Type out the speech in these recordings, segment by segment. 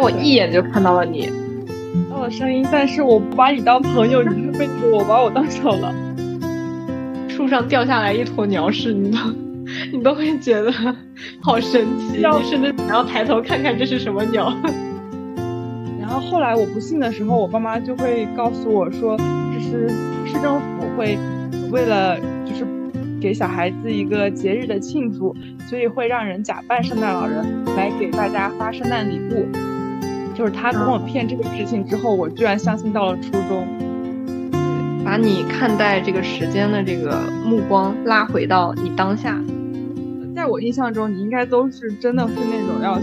我一眼就看到了你。 到了声音，但是我不把你当朋友，你是非得我把我当手了。 树上掉下来一坨鸟屎，你都会觉得好神奇，你甚至想要抬头看看这是什么鸟。 然后后来我不信的时候，我爸妈就会告诉我说，这是市政府会为了就是给小孩子一个节日的庆祝，所以会让人假扮圣诞老人来给大家发圣诞礼物。就是他跟我骗这个事情之后，我居然相信到了初中。 把你看待这个时间的这个目光拉回到你当下。 在我印象中，你应该都是真的是那种要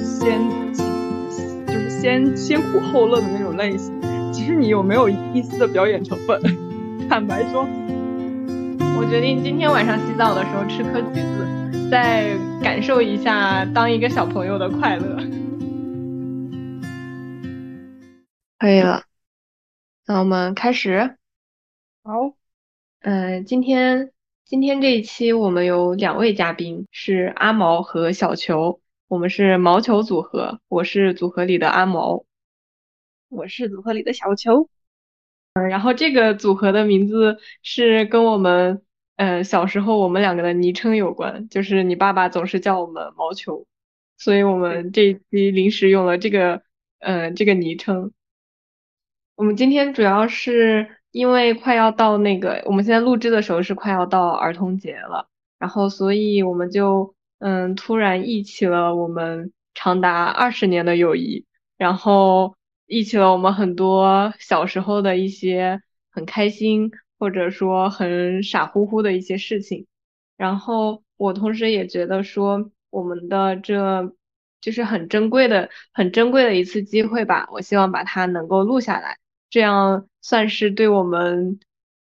先苦后乐的那种类型。其实你有没有一丝的表演成分？坦白说， 我决定今天晚上洗澡的时候吃颗橘子，再感受一下当一个小朋友的快乐。可以了，那我们开始。 好， 今天这一期我们有2位嘉宾，是阿毛和小球，我们是毛球组合，我是组合里的阿毛， 我是组合里的小球。 然后这个组合的名字是跟我们小时候我们2个的昵称有关，就是你爸爸总是叫我们毛球，所以我们这一期临时用了这个昵称。我们今天主要是因为快要到我们现在录制的时候是快要到儿童节了，然后所以我们就突然忆起了我们长达20年的友谊，然后忆起了我们很多小时候的一些很开心或者说很傻乎乎的一些事情，然后我同时也觉得说我们的这就是很珍贵的一次机会吧，我希望把它能够录下来。这样算是对我们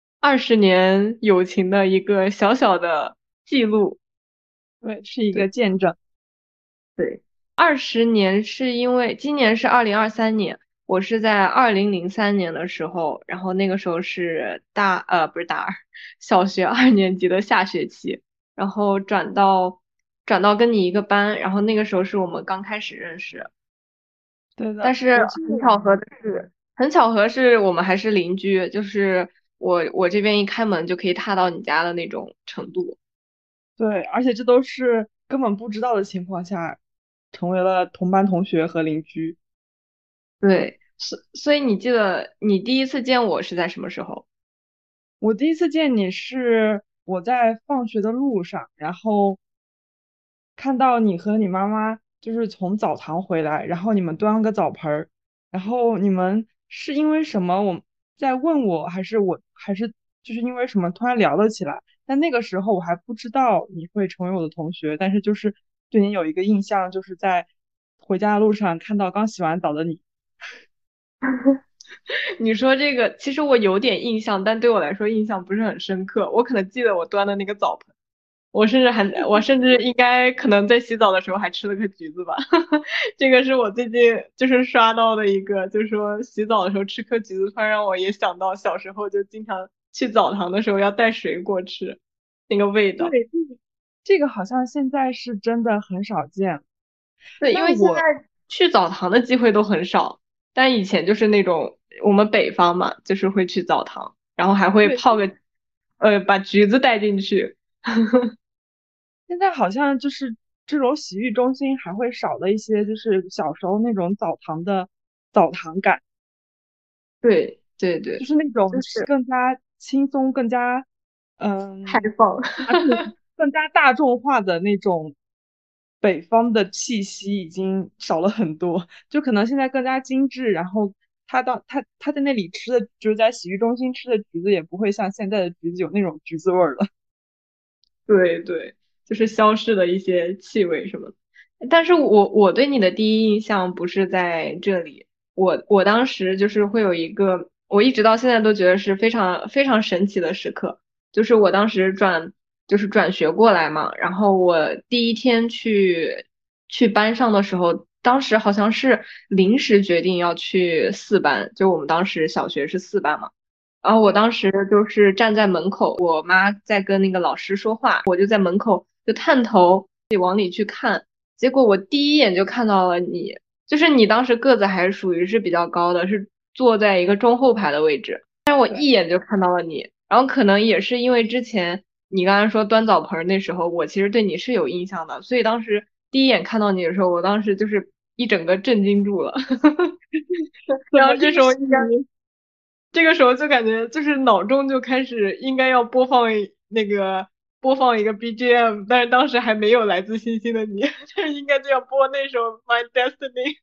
20年友情的一个小小的记录。 对，是一个见证。 对，20年是因为今年是2023年，我是在2003年的时候，然后那个时候是不是大二，小学2年级的下学期，然后转到跟你一个班，然后那个时候是我们刚开始认识。 对的， 但是很巧合是我们还是邻居，就是我这边一开门就可以踏到你家的那种程度。 对，而且这都是根本不知道的情况下，成为了同班同学和邻居。 对，所以你记得你第一次见我是在什么时候？ 我第一次见你是我在放学的路上，然后看到你和你妈妈就是从澡堂回来，然后你们端了个澡盆儿，然后你们是因为什么我在问我，还是就是因为什么突然聊了起来。但那个时候我还不知道你会成为我的同学，但是就是对你有一个印象，就是在回家的路上看到刚洗完澡的你。 你说这个，其实我有点印象，但对我来说印象不是很深刻。我可能记得我端的那个澡盆，我甚至应该可能在洗澡的时候还吃了个橘子吧。这个是我最近就是刷到的一个，就是说洗澡的时候吃颗橘子，突然让我也想到小时候就经常去澡堂的时候要带水果吃，那个味道。 对，这个好像现在是真的很少见。 对，因为现那我在去澡堂的机会都很少，但以前就是那种我们北方嘛，就是会去澡堂，然后还会对把橘子带进去。 现在好像就是这种洗浴中心还会少了一些，就是小时候那种澡堂感， 对对对， 就是那种就是更加轻松、更加开嗯放。 更加大众化的那种北方的气息已经少了很多，就可能现在更加精致，然后他在那里吃的，就是在洗浴中心吃的橘子也不会像现在的橘子有那种橘子味儿了。 对对，就是消逝的一些气味什么的。但是我对你的第一印象不是在这里，我当时就是会有一个，我一直到现在都觉得是非常非常神奇的时刻，就是我当时转学过来嘛，然后我第一天去班上的时候，当时好像是临时决定要去4班，就我们当时小学是4班嘛。然后我当时就是站在门口，我妈在跟那个老师说话，我就在门口就探头往里去看，结果我第一眼就看到了你， 就是你当时个子还属于是比较高的，是坐在一个中后排的位置，但是我对， 一眼就看到了你，然后可能也是因为之前你刚刚说端澡盆儿那时候，我其实对你是有印象的，所以当时第一眼看到你的时候，我当时就是一整个震惊住了。 怎么又然后这时候是你？ 这个时候就感觉就是脑中就开始应该要播放一个 BGM，但是当时还没有来自星星的你，就是应该就要播那首《My Destiny》。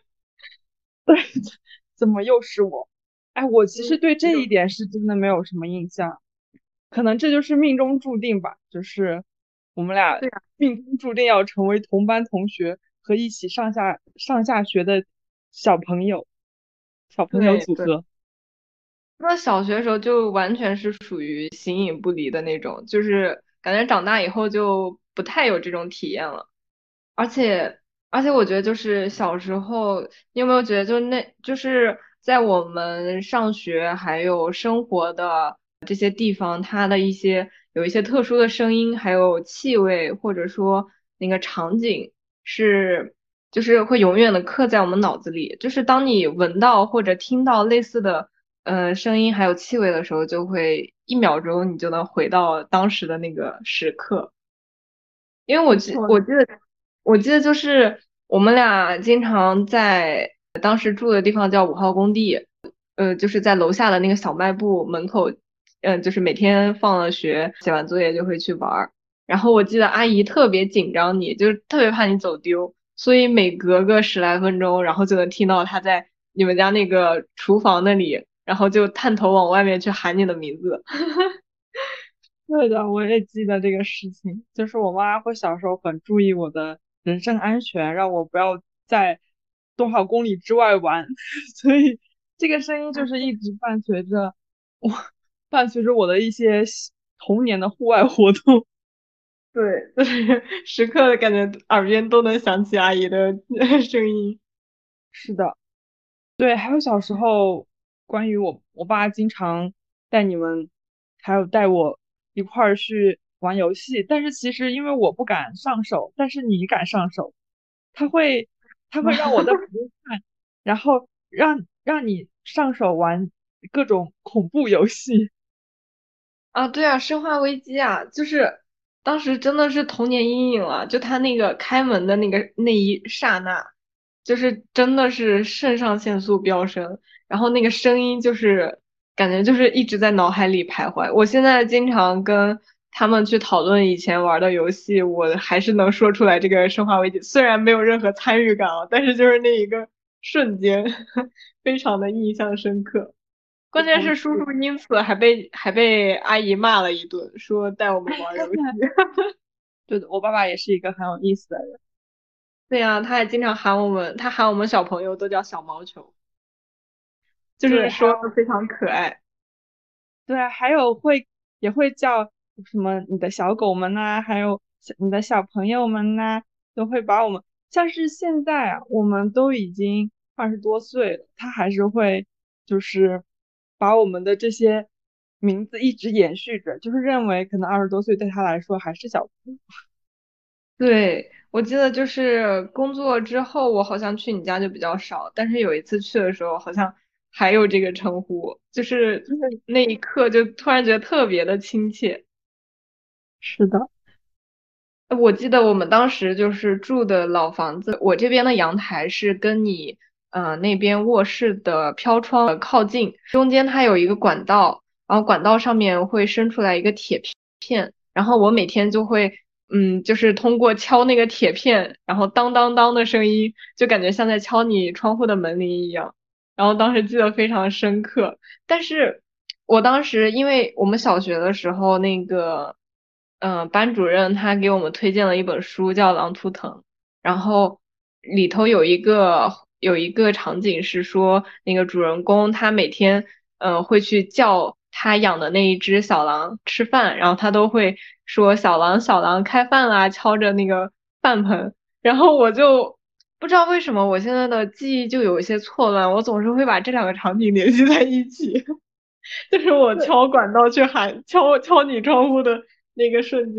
怎么又是我？哎，我其实嗯， 对这一点是真的没有什么印象，可能这就是命中注定吧，就是我们俩对呀， 命中注定要成为同班同学和一起上下学的小朋友，小朋友对对。 组合。 那小学时候就完全是属于形影不离的那种，就是感觉长大以后就不太有这种体验了。而且我觉得就是小时候，你有没有觉得就是在我们上学还有生活的这些地方，它的有一些特殊的声音，还有气味，或者说那个场景是就是会永远的刻在我们脑子里。就是当你闻到或者听到类似的声音还有气味的时候，就会1秒钟你就能回到当时的那个时刻。因为没错， 我记得就是我们俩经常在当时住的地方叫5号工地，就是在楼下的那个小卖部门口，就是每天放了学写完作业就会去玩儿。然后我记得阿姨特别紧张你，就是特别怕你走丢，所以每隔个10来分钟，然后就能听到她在你们家那个厨房那里，然后就探头往外面去喊你的名字。 对的，我也记得这个事情，就是我妈会小时候很注意我的人身安全，让我不要在多少公里之外玩，所以这个声音就是一直我，伴随着我的一些童年的户外活动。 对，就是时刻的感觉耳边都能响起阿姨的声音。 是的，对，还有小时候关于我爸经常带你们，还有带我一块儿去玩游戏，但是其实因为我不敢上手，但是你敢上手，他会他会让我在旁边看，然后让你上手玩各种恐怖游戏。 啊，对啊，《生化危机》啊，就是当时真的是童年阴影了。就他那个开门的那一刹那，就是真的是肾上腺素飙升，然后那个声音就是感觉就是一直在脑海里徘徊。我现在经常跟他们去讨论以前玩的游戏，我还是能说出来这个《生化危机》，虽然没有任何参与感啊，但是就是那一个瞬间，非常的印象深刻。关键我同意， 是叔叔因此还被阿姨骂了一顿，说带我们玩游戏。 对的，我爸爸也是一个很有意思的人。 对呀，他还经常喊我们，他喊我们小朋友都叫小毛球，就是对， 说的非常可爱。 对，还有也会叫什么你的小狗们呐、还有你的小朋友们呐、都会把我们，像是现在啊，我们都已经20多岁了，他还是会就是把我们的这些名字一直延续着，就是认为可能20多岁对他来说还是小朋友。 对，我记得就是工作之后，我好像去你家就比较少，但是有一次去的时候，好像还有这个称呼，就是对， 那一刻就突然觉得特别的亲切。 是的， 我记得我们当时就是住的老房子，我这边的阳台是跟你那边卧室的飘窗靠近，中间它有一个管道，然后管道上面会伸出来一个铁片，然后我每天就会就是通过敲那个铁片，然后当当当的声音，就感觉像在敲你窗户的门铃一样，然后当时记得非常深刻。但是我当时因为我们小学的时候那个。班主任他给我们推荐了一本书，叫《狼图腾》，然后里头有一个场景是说，那个主人公他每天会去叫他养的那一只小狼吃饭，然后他都会说小狼小狼开饭啦，敲着那个饭盆，然后我就不知道为什么我现在的记忆就有一些错乱，我总是会把这两个场景联系在一起。就是我对， 敲管道去喊敲你窗户的那个瞬间，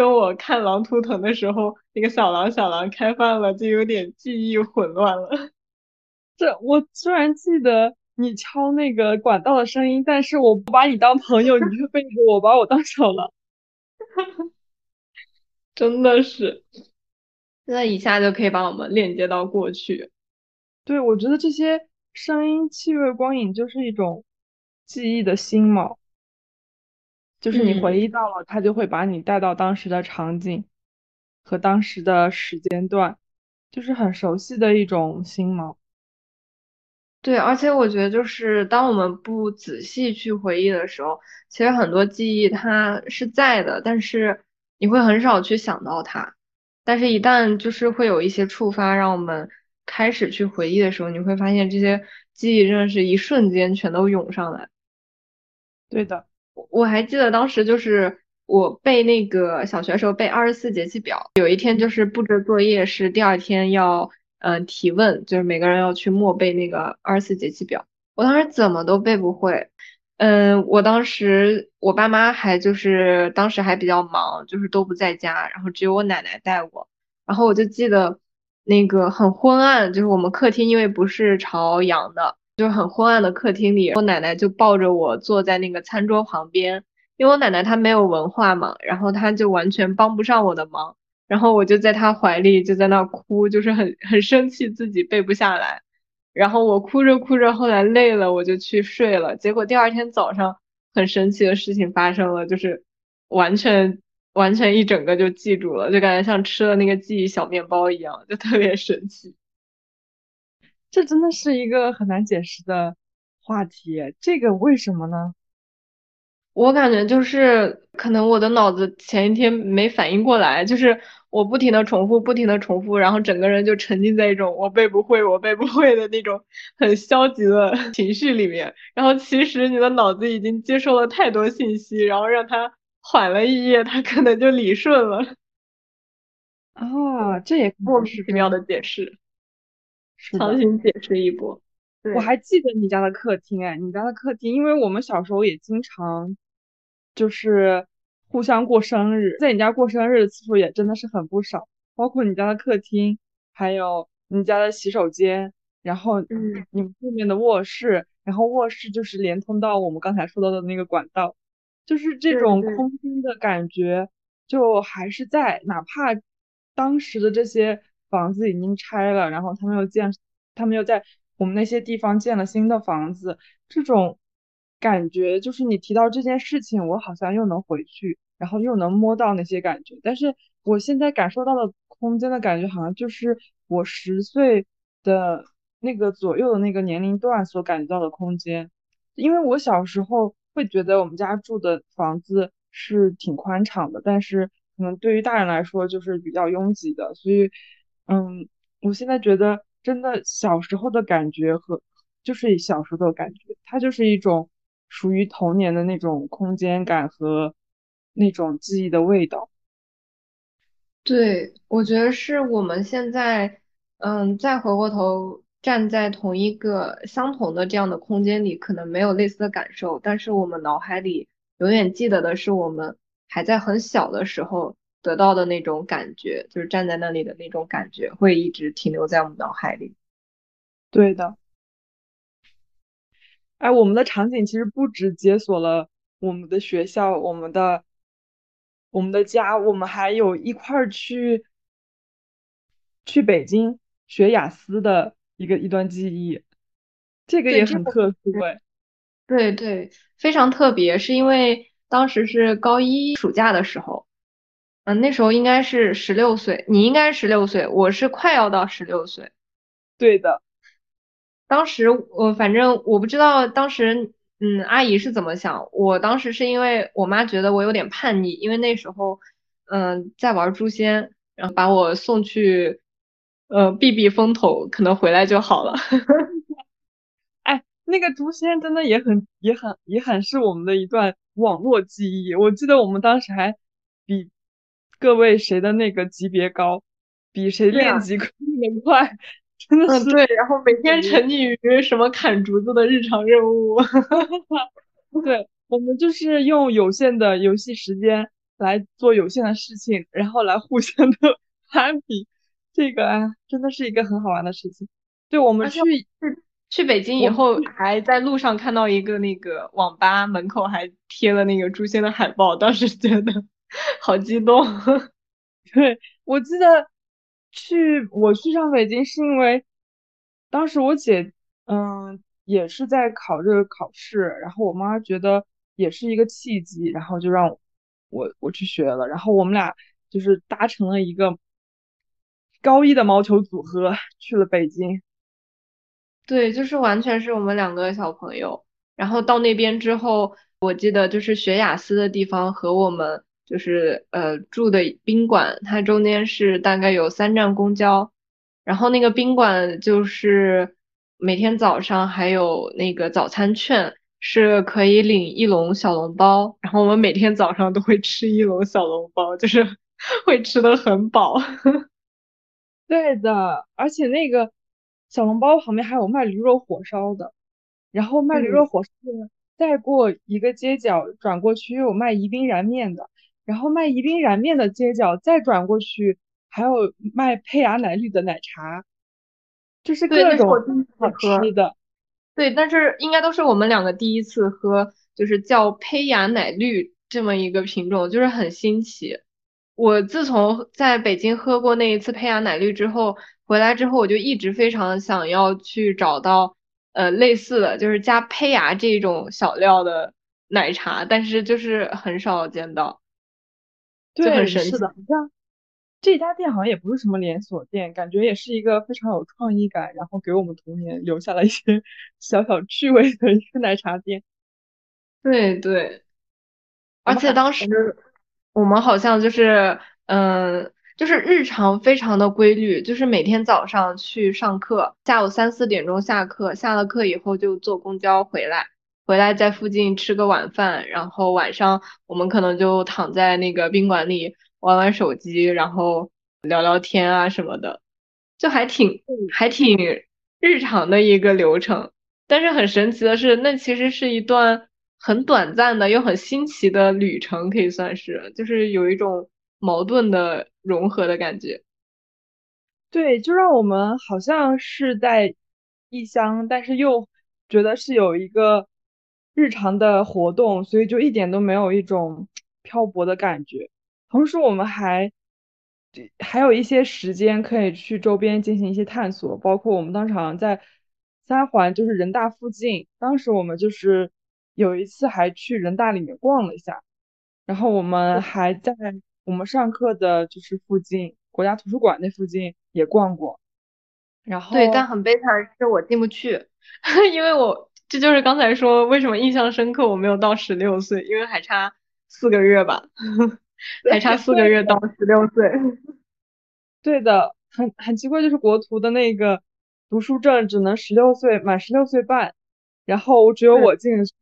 跟我看狼图腾的时候，那个小狼开饭了，就有点记忆混乱了。 这我虽然记得你敲那个管道的声音，但是我不把你当朋友，你却背着我把我当小狼。 真的是，那一下就可以把我们链接到过去。 对，我觉得这些声音、气味、光影就是一种记忆的新锚，就是你回嗯， 忆到了，它就会把你带到当时的场景和当时的时间段，就是很熟悉的一种新锚。 对，而且我觉得就是当我们不仔细去回忆的时候，其实很多记忆它是在的，但是你会很少去想到它。但是，一旦就是会有一些触发，让我们开始去回忆的时候，你会发现这些记忆真的是一瞬间全都涌上来。 对的。 我还记得当时就是我背那个小学时候背24节气表，有一天就是布置作业是第二天要提问，就是每个人要去默背那个24节气表。我当时怎么都背不会，我当时我爸妈还就是当时还比较忙，就是都不在家，然后只有我奶奶带我，然后我就记得那个很昏暗，就是我们客厅因为不是朝阳的。就是很昏暗的客厅里，我奶奶就抱着我坐在那个餐桌旁边，因为我奶奶她没有文化嘛，然后她就完全帮不上我的忙，然后我就在她怀里就在那哭，就是很生气自己背不下来，然后我哭着哭着，后来累了我就去睡了，结果第二天早上很神奇的事情发生了，就是完全完全一整个就记住了，就感觉像吃了那个记忆小面包一样，就特别神奇。 这真的是一个很难解释的话题，这个为什么呢？ 我感觉就是可能我的脑子前一天没反应过来，就是我不停的重复，不停的重复，然后整个人就沉浸在一种我背不会，我背不会的那种很消极的情绪里面。然后其实你的脑子已经接受了太多信息，然后让它缓了一夜，它可能就理顺了。 啊，这也可莫能是跟名其妙的解释，强是的。 行解释一波。对， 我还记得你家的客厅，哎，你家的客厅，因为我们小时候也经常就是互相过生日，在你家过生日的次数也真的是很不少，包括你家的客厅，还有你家的洗手间，然后嗯， 你们后面的卧室，然后卧室就是连通到我们刚才说到的那个管道，就是这种对对。 空间的感觉就还是在，哪怕当时的这些房子已经拆了，然后他们又在我们那些地方建了新的房子，这种感觉就是你提到这件事情，我好像又能回去，然后又能摸到那些感觉。但是我现在感受到的空间的感觉，好像就是我10岁的那个左右的那个年龄段所感觉到的空间。因为我小时候会觉得我们家住的房子是挺宽敞的，但是可能对于大人来说就是比较拥挤的，所以，我现在觉得真的小时候的感觉和就是小时候的感觉，它就是一种属于童年的那种空间感和那种记忆的味道。 对，我觉得是我们现在，再回过头站在同一个相同的这样的空间里，可能没有类似的感受，但是我们脑海里永远记得的是我们还在很小的时候得到的那种感觉，就是站在那里的那种感觉，会一直停留在我们脑海里。 对的。哎，我们的场景其实不止解锁了我们的学校、我们的家，我们还有一块儿去北京学雅思的一段记忆，这个对， 也这个很特殊哎。 对对，非常特别，是因为当时是高一暑假的时候。那时候应该是十六岁，你应该是16岁，我是快要到16岁。 对的。 当时我反正我不知道当时阿姨是怎么想，我当时是因为我妈觉得我有点叛逆，因为那时候在玩诛仙，然后把我送去避避风头，可能回来就好了。 哎，那个诛仙真的也很是我们的一段网络记忆。我记得我们当时还比各位谁的那个级别高，比谁对啊， 练级练得快，真的嗯， 是对，然后每天沉溺于什么砍竹子的日常任务。 对，我们就是用有限的游戏时间来做有限的事情，然后来互相的攀比，这个啊，真的是一个很好玩的事情。对，我们而且我去， 去北京以后， 我们去， 还在路上看到一个那个网吧门口还贴了那个诛仙的海报，当时觉得好激动。 对，我记得我去上北京是因为当时我姐也是在考这个考试，然后我妈觉得也是一个契机，然后就让我去学了，然后我们俩就是搭成了一个高一的毛球组合去了北京。 对，就是完全是我们两个小朋友。然后到那边之后，我记得就是学雅思的地方和我们就是住的宾馆，它中间是大概有3站公交。然后那个宾馆就是每天早上还有那个早餐券，是可以领1笼小笼包。然后我们每天早上都会吃1笼小笼包，就是会吃的很饱。 对的，而且那个小笼包旁边还有卖驴肉火烧的，然后卖驴肉嗯， 火烧的，再过一个街角转过去又有卖宜宾燃面的，然后卖宜宾燃面的街角再转过去还有卖胚芽奶绿的奶茶，就是对，那是我各种第一次好吃喝。 的。 对，但是应该都是我们两个第一次喝，就是叫胚芽奶绿这么一个品种，就是很新奇。我自从在北京喝过那一次胚芽奶绿之后，回来之后我就一直非常想要去找到类似的，就是加胚芽这种小料的奶茶，但是就是很少见到，就很对， 神奇。 是的，好像这家店好像也不是什么连锁店，感觉也是一个非常有创意感，然后给我们童年留下了一些小小趣味的一个奶茶店。 对对。而我们还， 且当时我们好像就是，就是日常非常的规律，就是每天早上去上课，下午3、4点钟下课，下了课以后就坐公交回来，回来在附近吃个晚饭，然后晚上我们可能就躺在那个宾馆里玩玩手机，然后聊聊天啊什么的，就还挺日常的一个流程。但是很神奇的是，那其实是一段很短暂的又很新奇的旅程，可以算是，就是有一种矛盾的融合的感觉。 对，就让我们好像是在异乡，但是又觉得是有一个日常的活动，所以就一点都没有一种漂泊的感觉。同时，我们还有一些时间可以去周边进行一些探索，包括我们当场在3环，就是人大附近，当时我们就是有一次还去人大里面逛了一下。然后我们还在我们上课的就是附近国家图书馆那附近也逛过，然对，但后很悲惨的是我进不去，因为这就是刚才说为什么印象深刻，我没有到16岁，因为还差4个月吧，还差四个对月到16岁。 对的，很奇怪，就是国图的那个读书证只能16岁满16岁半，然后只有对， 我进得去。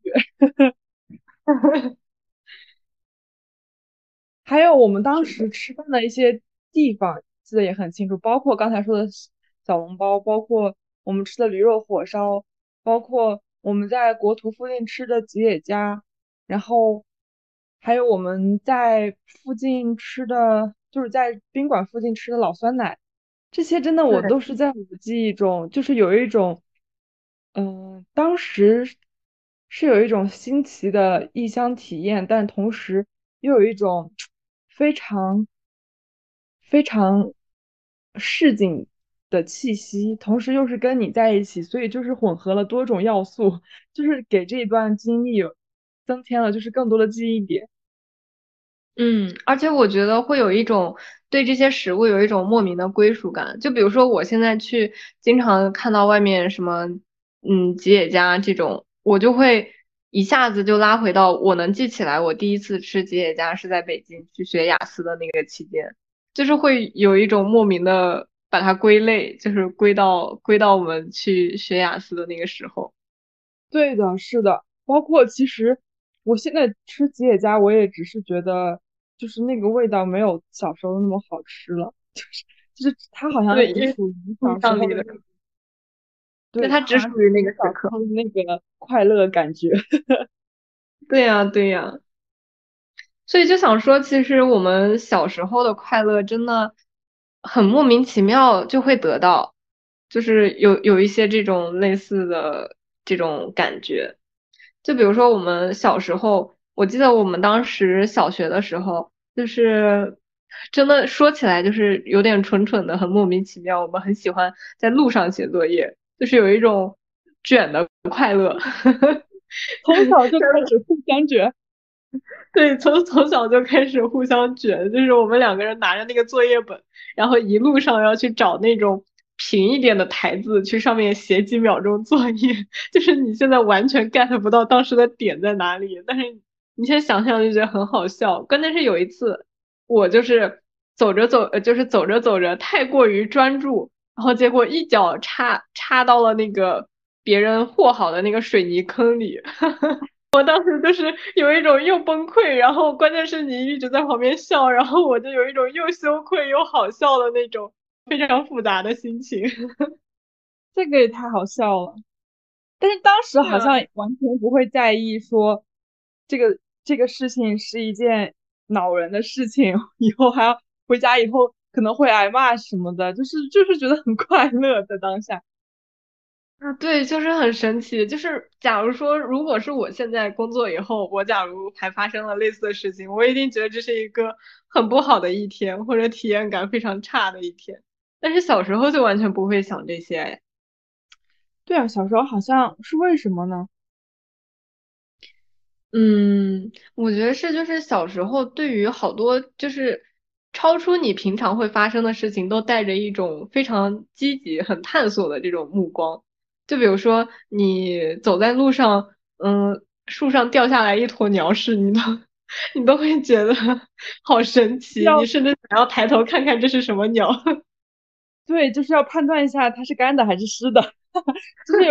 还有我们当是的， 时吃饭的一些地方记得也很清楚，包括刚才说的小笼包，包括我们吃的驴肉火烧，包括我们在国图附近吃的吉野家，然后还有我们在附近吃的，就是在宾馆附近吃的老酸奶，这些真的我对， 都是在我的记忆中，就是有一种，当时是有一种新奇的异乡体验，但同时又有一种非常非常市井的气息，同时又是跟你在一起，所以就是混合了多种要素，就是给这一段经历增添了就是更多的记忆点。 嗯，而且我觉得会有一种对这些食物有一种莫名的归属感。就比如说，我现在去经常看到外面什么，吉野家这种，我就会一下子就拉回到我能记起来，我第一次吃吉野家是在北京去学雅思的那个期间，就是会有一种莫名的把它归类，就是归到我们去学雅思的那个时候。 对的，是的，包括其实我现在吃吉野家，我也只是觉得就是那个味道没有小时候那么好吃了，就是它好像对，因为只属于印小时象里的， 候的那个， 对， 对， 它它好像只只属于那属于小时个时刻。 候的那个快乐感觉。 对呀，对呀。 所以就想说，其实我们小时候的快乐真的很莫名其妙就会得到，就是有一些这种类似的这种感觉。就比如说我们小时候，我记得我们当时小学的时候，就是真的说起来就是有点蠢蠢的，很莫名其妙。我们很喜欢在路上写作业，就是有一种卷的快乐。 从小就开始互相卷。 对，从小就开始互相卷，就是我们两个人拿着那个作业本，然后一路上要去找那种平一点的台子，去上面写几秒钟作业。就是你现在完全 get 不到当时的点在哪里，但是你现在想想就觉得很好笑。关键是有一次，我就是就是走着走着太过于专注，然后结果一脚插到了那个别人和好的那个水泥坑里。我当时就是有一种又崩溃，然后关键是你一直在旁边笑，然后我就有一种又羞愧又好笑的那种非常复杂的心情。 这个也太好笑了。但是当时对啊， 好像完全不会在意说这个事情是一件恼人的事情，以后还要回家以后可能会挨骂什么的，就是觉得很快乐在当下。 啊，对，就是很神奇。就是假如说，如果是我现在工作以后，我假如还发生了类似的事情，我一定觉得这是一个很不好的一天，或者体验感非常差的一天。但是小时候就完全不会想这些，哎。 对啊，小时候好像是为什么呢？ 嗯，我觉得是，就是小时候对于好多就是超出你平常会发生的事情，都带着一种非常积极、很探索的这种目光。就比如说你走在路上，树上掉下来一坨鸟屎，你都会觉得好神奇，你要甚至想要抬头看看这是什么鸟。 对，就是要判断一下它是干的还是湿的，就是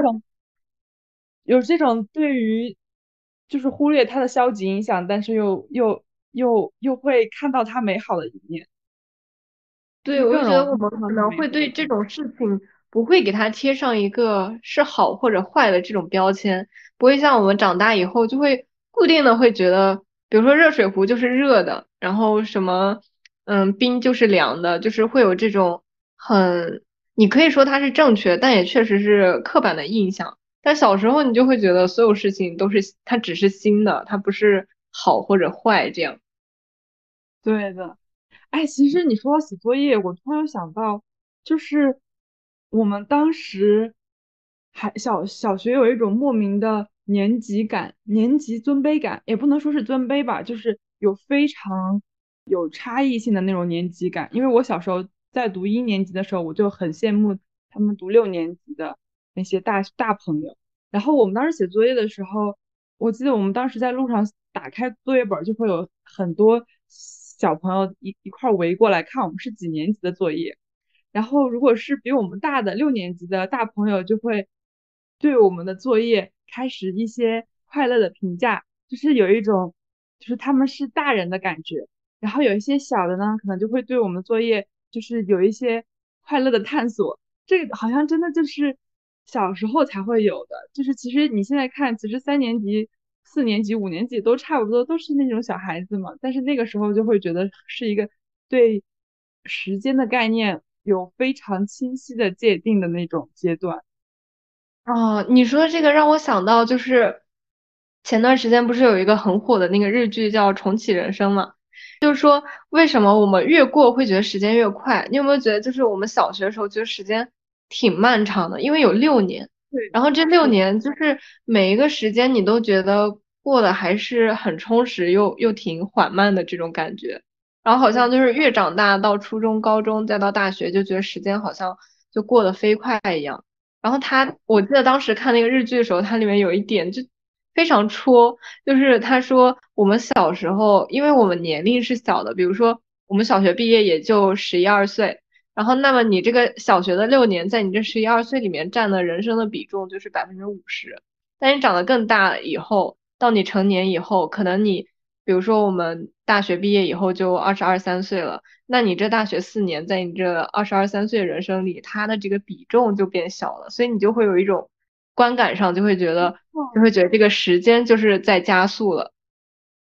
有这种对于就是忽略它的消极影响，但是又会看到它美好的一面，就对， 是我就觉得更容易看我们可到它美好。 能会对这种事情不会给它贴上一个是好或者坏的这种标签，不会像我们长大以后就会固定的会觉得，比如说热水壶就是热的，然后什么，冰就是凉的，就是会有这种很，你可以说它是正确，但也确实是刻板的印象。但小时候你就会觉得所有事情都是它只是新的，它不是好或者坏这样。 对的。哎，其实你说到写作业，我突然想到，就是我们当时还小学有一种莫名的年级感、年级尊卑感，也不能说是尊卑吧，就是有非常有差异性的那种年级感。因为我小时候在读1年级的时候，我就很羡慕他们读6年级的那些大朋友。然后我们当时写作业的时候，我记得我们当时在路上打开作业本儿，就会有很多小朋友一块儿围过来看我们是几年级的作业。然后如果是比我们大的6年级的大朋友，就会对我们的作业开始一些快乐的评价，就是有一种就是他们是大人的感觉。然后有一些小的呢，可能就会对我们作业就是有一些快乐的探索。这个好像真的就是小时候才会有的，就是其实你现在看，其实3年级、4年级、5年级都差不多，都是那种小孩子嘛。但是那个时候就会觉得是一个对时间的概念有非常清晰的界定的那种阶段。 哦，你说的这个让我想到，就是前段时间不是有一个很火的那个日剧叫《重启人生》嘛？就是说为什么我们越过会觉得时间越快？你有没有觉得，就是我们小学的时候觉得时间挺漫长的，因为有6年， 对， 然后这六年就是每一个时间你都觉得过得还是很充实又挺缓慢的这种感觉，然后好对， 像就是越长大到初中、高中再到大学，就觉得时间好像就过得飞快一样。然后我记得当时看那个日剧的时候，它里面有一点就非常戳，就是他说我们小时候，因为我们年龄是小的，比如说我们小学毕业也就11、12岁，然后那么你这个小学的6年，在你这11、12岁里面占的人生的比重就是50%，但你长得更大以后，到你成年以后，可能你比如说我们大学毕业以后就22、23岁了。那你这大学4年，在你这22、23岁的人生里，它的这个比重就变小了，所以你就会有一种观感上就会觉得，就哦， 会觉得这个时间就是在加速了。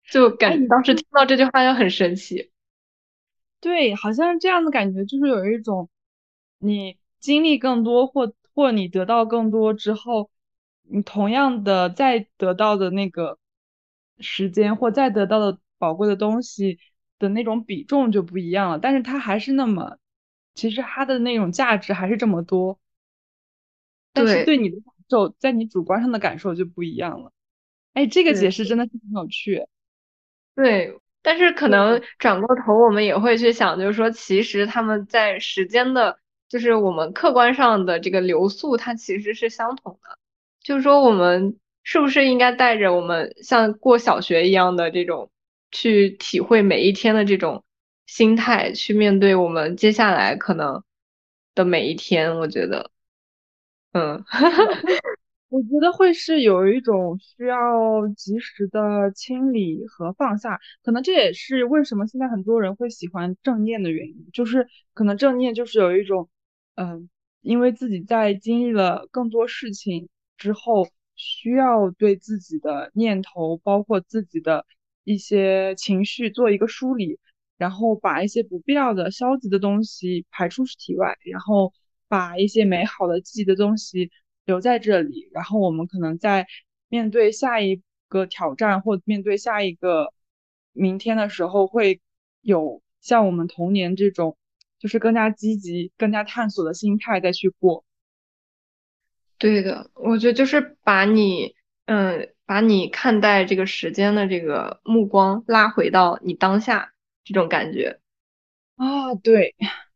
就哎，你当时听到这句话就很生气。 对，好像这样的感觉，就是有一种你经历更多或你得到更多之后，你同样的再得到的那个时间或再得到的宝贵的东西的那种比重就不一样了。但是它还是那么，其实它的那种价值还是这么多，但是对对你的感受，在你主观上的感受就不一样了。哎，这个解对。 释真的是很有趣。 对，但是可能对， 转过头，我们也会去想，就是说，其实他们在时间的，就是我们客观上的这个流速，它其实是相同的。就是说，我们是不是应该带着我们像过小学一样的这种，去体会每一天的这种心态，去面对我们接下来可能的每一天？我觉得，嗯， 是的，我觉得会是有一种需要及时的清理和放下，可能这也是为什么现在很多人会喜欢正念的原因，就是可能正念就是有一种，嗯，因为自己在经历了更多事情之后，需要对自己的念头，包括自己的一些情绪做一个梳理，然后把一些不必要的消极的东西排出体外，然后把一些美好的积极的东西留在这里，然后我们可能在面对下一个挑战或面对下一个明天的时候，会有像我们童年这种就是更加积极、更加探索的心态再去过。 对的，我觉得就是把你看待这个时间的这个目光拉回到你当下这种感觉。 啊，对，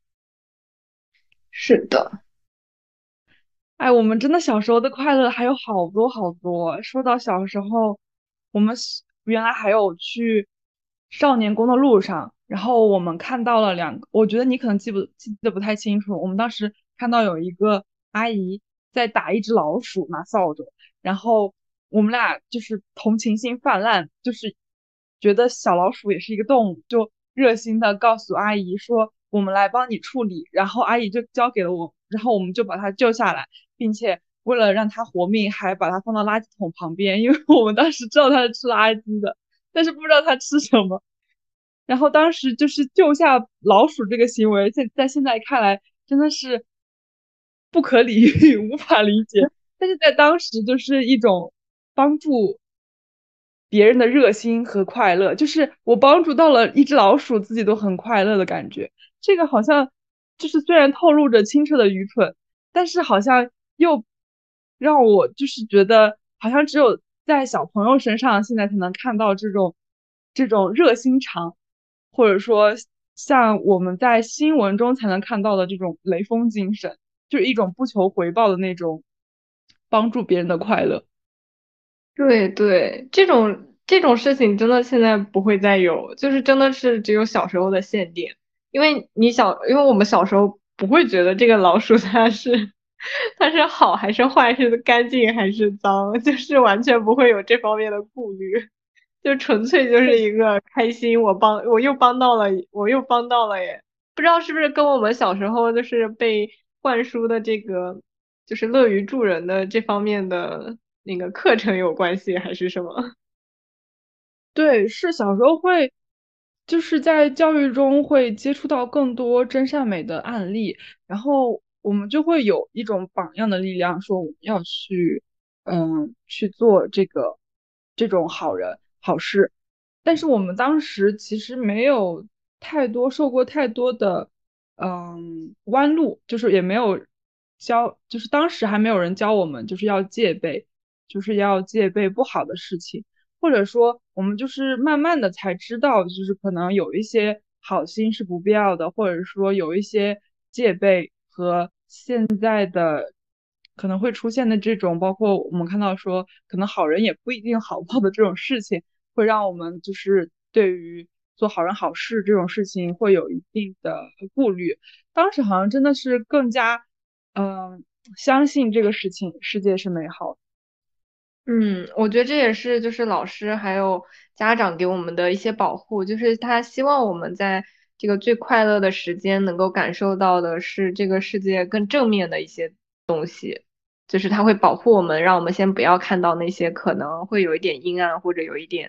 是的， 哎，我们真的小时候的快乐还有好多好多。说到小时候，我们原来还有去少年宫的路上，然后我们看到了两个，我觉得你可能记得不太清楚。我们当时看到有一个阿姨在打一只老鼠，拿扫帚，然后我们俩就是同情心泛滥，就是觉得小老鼠也是一个动物，就热心的告诉阿姨说我们来帮你处理，然后阿姨就交给了我，然后我们就把它救下来。并且为了让它活命，还把它放到垃圾桶旁边，因为我们当时知道它是吃垃圾的，但是不知道它吃什么。然后当时就是救下老鼠这个行为，现在看来真的是不可理喻，无法理解。但是在当时就是一种帮助别人的热心和快乐，就是我帮助到了一只老鼠，自己都很快乐的感觉。这个好像就是虽然透露着清澈的愚蠢，但是好像又让我就是觉得，好像只有在小朋友身上现在才能看到这种热心肠，或者说像我们在新闻中才能看到的这种雷锋精神，就是一种不求回报的那种帮助别人的快乐。 对对，这种事情真的现在不会再有，就是真的是只有小时候的限定。因为我们小时候不会觉得这个老鼠它是好还是坏，是干净还是脏，就是完全不会有这方面的顾虑。就纯粹就是一个开心，我又帮到了耶！不知道是不是跟我们小时候就是被灌输的这个就是乐于助人的这方面的那个课程有关系，还是什么？ 对，是小时候会，就是在教育中会接触到更多真善美的案例，然后我们就会有一种榜样的力量，说我们要去，去做这种好人好事。但是我们当时其实没有受过太多的，弯路，就是也没有就是当时还没有人教我们，就是要戒备不好的事情。或者说我们就是慢慢的才知道，就是可能有一些好心是不必要的，或者说有一些戒备和现在的可能会出现的这种，包括我们看到说可能好人也不一定好报的这种事情，会让我们就是对于做好人好事这种事情会有一定的顾虑。当时好像真的是更加相信这个事情，世界是美好的。 嗯，我觉得这也是就是老师还有家长给我们的一些保护，就是他希望我们在这个最快乐的时间能够感受到的是这个世界更正面的一些东西，就是他会保护我们，让我们先不要看到那些可能会有一点阴暗或者有一点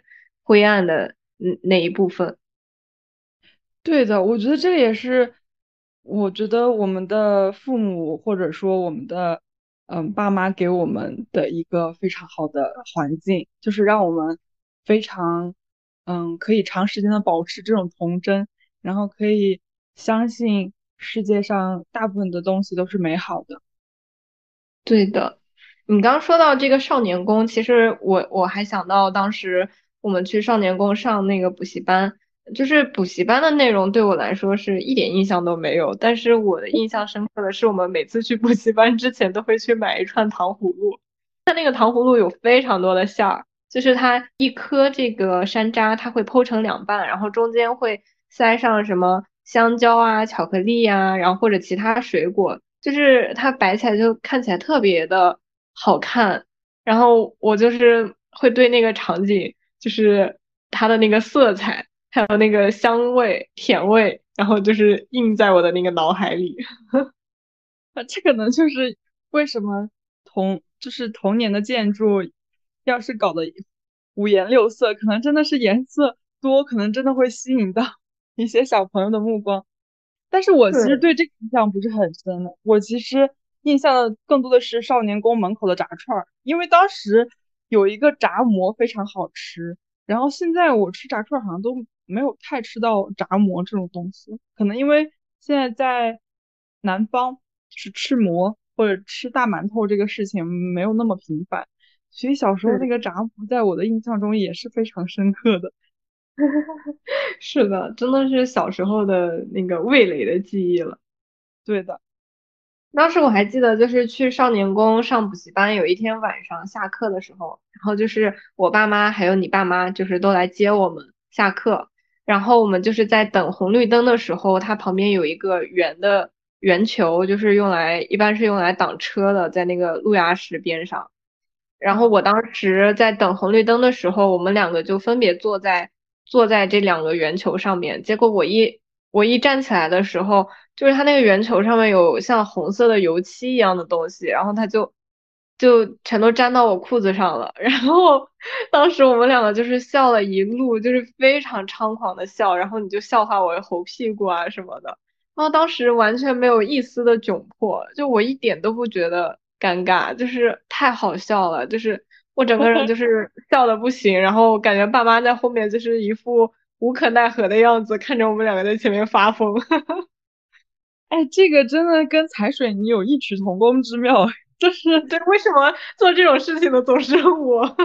灰暗的那一部分。 对的，我觉得这个也是，我觉得我们的父母或者说我们的爸妈给我们的一个非常好的环境，就是让我们非常可以长时间的保持这种童真，然后可以相信世界上大部分的东西都是美好的。 对的，你刚刚说到这个少年宫，其实我还想到当时我们去少年宫上那个补习班，就是补习班的内容对我来说是一点印象都没有，但是我的印象深刻的是我们每次去补习班之前都会去买一串糖葫芦，它那个糖葫芦有非常多的馅儿，就是它一颗这个山楂它会剖成两半，然后中间会塞上什么香蕉啊、巧克力啊，然后或者其他水果。就是它摆起来就看起来特别的好看，然后我就是会对那个场景，就是它的那个色彩，还有那个香味、甜味，然后就是印在我的那个脑海里。 这可能就是为什么就是童年的建筑，要是搞得五颜六色，可能真的是颜色多，可能真的会吸引到一些小朋友的目光。但是我其实对， 对这个印象不是很深的，我其实印象的更多的是少年宫门口的炸串儿，因为当时有一个炸馍非常好吃，然后现在我吃炸串儿好像都没有太吃到炸馍这种东西，可能因为现在在南方就是吃馍或者吃大馒头这个事情没有那么频繁，所以小时候那对， 个炸馍在我的印象中也是非常深刻的。 是的，真的是小时候的那个味蕾的记忆了。 对的。 当时我还记得，就是去少年宫上补习班，有一天晚上下课的时候，然后就是我爸妈还有你爸妈，就是都来接我们下课，然后我们就是在等红绿灯的时候，它旁边有一个圆的圆球，就是一般是用来挡车的，在那个路牙石边上。然后我当时在等红绿灯的时候，我们两个就分别坐在这两个圆球上面。结果我一站起来的时候，就是它那个圆球上面有像红色的油漆一样的东西，然后它就全都粘到我裤子上了。然后当时我们两个就是笑了一路，就是非常猖狂的笑，然后你就笑话我猴屁股啊什么的。然后当时完全没有一丝的窘迫，就我一点都不觉得尴尬，就是太好笑了，就是我整个人就是笑的不行，然后感觉爸妈在后面就是一副无可奈何的样子，看着我们两个在前面发疯。 哎，这个真的跟踩水泥有异曲同工之妙，就是对，为什么做这种事情的总是我？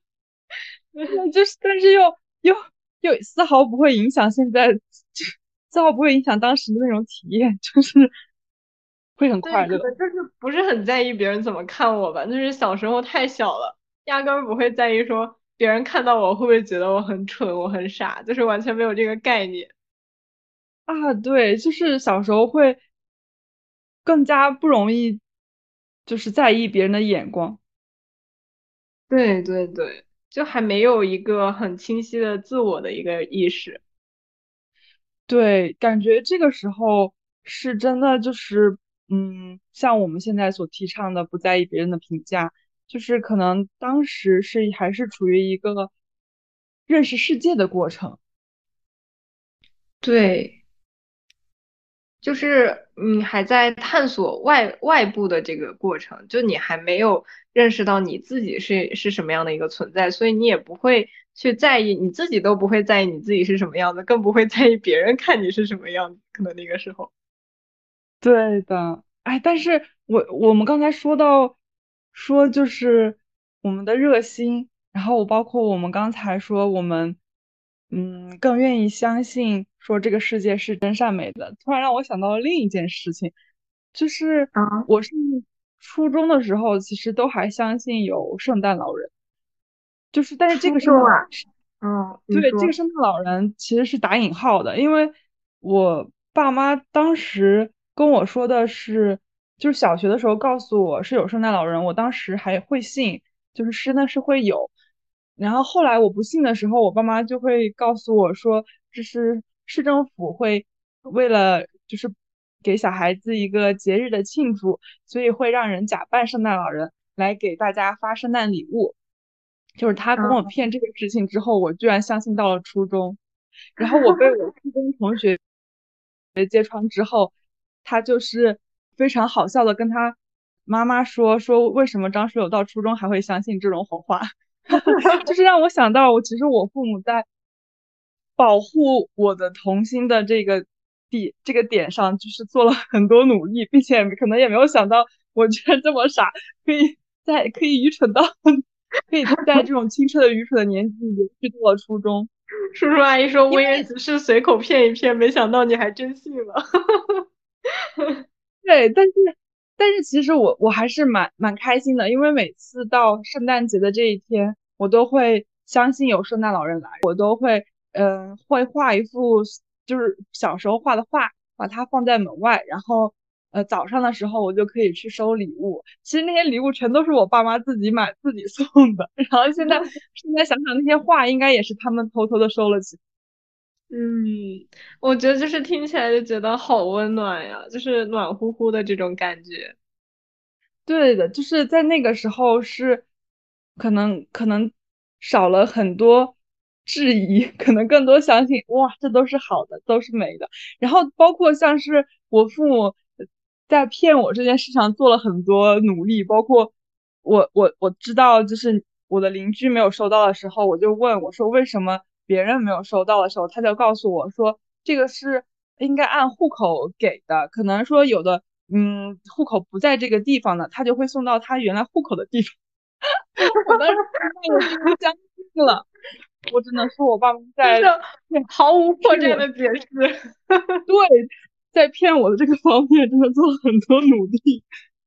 但是又丝毫不会影响现在，丝毫不会影响当时的那种体验，就是会很对， 快乐。 可能就是不是很在意别人怎么看我吧，就是小时候太小了，压根儿不会在意说别人看到我会不会觉得我很蠢，我很傻，就是完全没有这个概念。 啊。对，就是小时候会更加不容易，就是在意别人的眼光。 对对对，就还没有一个很清晰的自我的一个意识。 对，感觉这个时候是真的，就是像我们现在所提倡的，不在意别人的评价，就是可能当时还是处于一个认识世界的过程。 对，就是你还在探索外部的这个过程，就你还没有认识到你自己是什么样的一个存在，所以你也不会去在意，你自己都不会在意你自己是什么样子，更不会在意别人看你是什么样子。可能那个时候， 对的，哎，但是我们刚才说就是我们的热心，然后包括我们刚才说我们更愿意相信说这个世界是真善美的，突然让我想到了另一件事情，就是啊， 我是初中的时候其实都还相信有圣诞老人，就是但是这初个圣诞老人。 中啊，嗯，你对，这个说， 圣诞老人其实是打引号的，因为我爸妈当时跟我说的是，就是小学的时候告诉我是有圣诞老人，我当时还会信，就是真的是会有。然后后来我不信的时候，我爸妈就会告诉我说，这是市政府会为了就是给小孩子一个节日的庆祝，所以会让人假扮圣诞老人来给大家发圣诞礼物。 就是他跟我嗯， 骗这个事情之后，我居然相信到了初中，然后我被我初中同学揭穿之后，他就是非常好笑的跟他妈妈说为什么张学友到初中还会相信这种谎话，就是让我想到其实我父母在保护我的童心的这个点上，就是做了很多努力，并且可能也没有想到我居然这么傻，可以愚蠢到可以在这种清澈的愚蠢的年纪里去到了初中。 叔叔阿姨说因为我也只是随口骗一骗，没想到你还真信了。 对，但是其实我还是蛮开心的，因为每次到圣诞节的这一天，我都会相信有圣诞老人来，我都会画一幅就是小时候画的画，把它放在门外，然后早上的时候我就可以去收礼物。其实那些礼物全都是我爸妈自己买自己送的，然后现在想想那些画应该也是他们偷偷的收了起。 嗯，我觉得就是听起来就觉得好温暖呀，就是暖乎乎的这种感觉。 对的，就是在那个时候是可能少了很多质疑，可能更多相信哇，这都是好的，都是美的。然后包括像是我父母在骗我这件事上做了很多努力，包括我知道就是我的邻居没有收到的时候，我就问我说为什么别人没有收到的时候，他就告诉我说这个是应该按户口给的，可能说有的户口不在这个地方呢，他就会送到他原来户口的地方。我当时听到我就不相信了，我只能说我爸妈就是在毫无破骗我， 绽的解释。 对，在骗我的这个方面真的做了很多努力。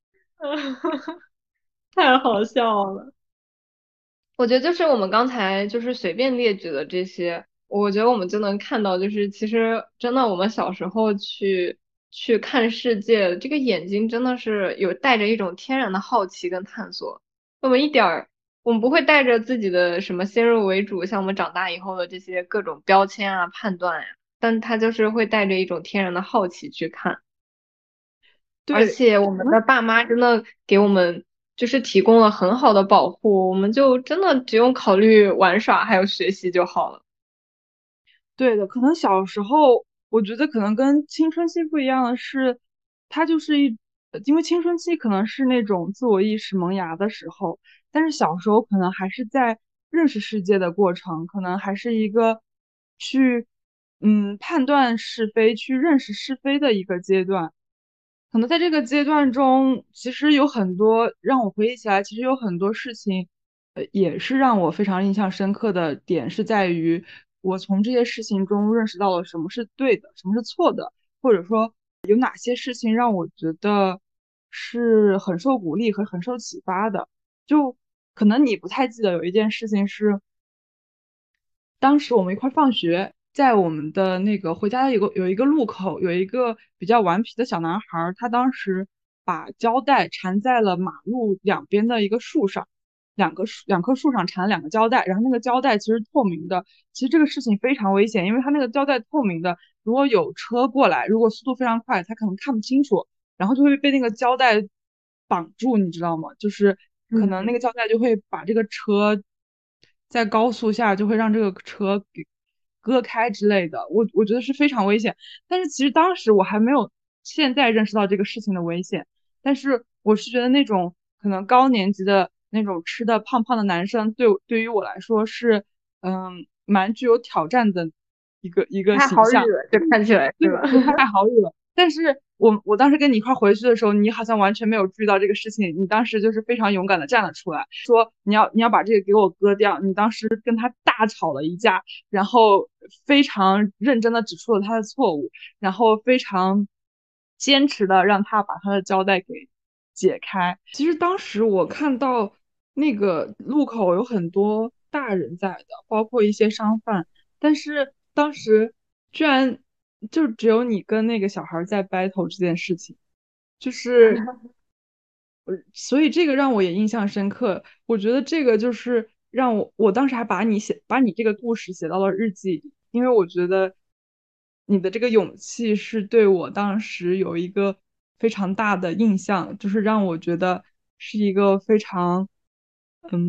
太好笑了。我觉得就是我们刚才就是随便列举的这些，我觉得我们就能看到，就是其实真的我们小时候去看世界，这个眼睛真的是有带着一种天然的好奇跟探索。我们一点儿，我们不会带着自己的什么先入为主，像我们长大以后的这些各种标签啊、判断呀，但他就是会带着一种天然的好奇去看。而对， 且我们的爸妈真的给我们就是提供了很好的保护，我们就真的只用考虑玩耍还有学习就好了。 对的，可能小时候我觉得可能跟青春期不一样的是，它就是因为青春期可能是那种自我意识萌芽的时候，但是小时候可能还是在认识世界的过程，可能还是一个去判断是非、去认识是非的一个阶段。可能在这个阶段中，其实有很多让我回忆起来，其实有很多事情，也是让我非常印象深刻的点是在于，我从这些事情中认识到了什么是对的，什么是错的，或者说有哪些事情让我觉得是很受鼓励和很受启发的。就可能你不太记得有一件事情是，当时我们一块儿放学，在我们的那个回家有一个路口，有一个比较顽皮的小男孩儿，他当时把胶带缠在了马路两边的一个树上，两棵树上缠了两个胶带，然后那个胶带其实透明的，其实这个事情非常危险，因为它那个胶带透明的，如果有车过来，如果速度非常快，他可能看不清楚，然后就会被那个胶带绑住，你知道吗？就是可能那个嗯， 胶带就会把这个车在高速下就会让这个车给割开之类的，我觉得是非常危险。但是其实当时我还没有现在认识到这个事情的危险，但是我是觉得那种可能高年级的那种吃的胖胖的男生对于我来说是蛮具有挑战的一个不太形象。 好惹，就看起来对， 是吧？ 不太好惹。但是我当时跟你一块儿回去的时候，你好像完全没有注意到这个事情，你当时就是非常勇敢的站了出来，说你要把这个给我割掉。你当时跟他大吵了一架，然后非常认真的指出了他的错误，然后非常坚持的让他把他的胶带给解开。其实当时我看到那个路口有很多大人在的，包括一些商贩。但是当时居然就只有你跟那个小孩在 battle 这件事情，就是所以这个让我也印象深刻。我觉得这个就是让我当时还把你这个故事写到了日记里，因为我觉得你的这个勇气是对我当时有一个非常大的印象，就是让我觉得是一个非常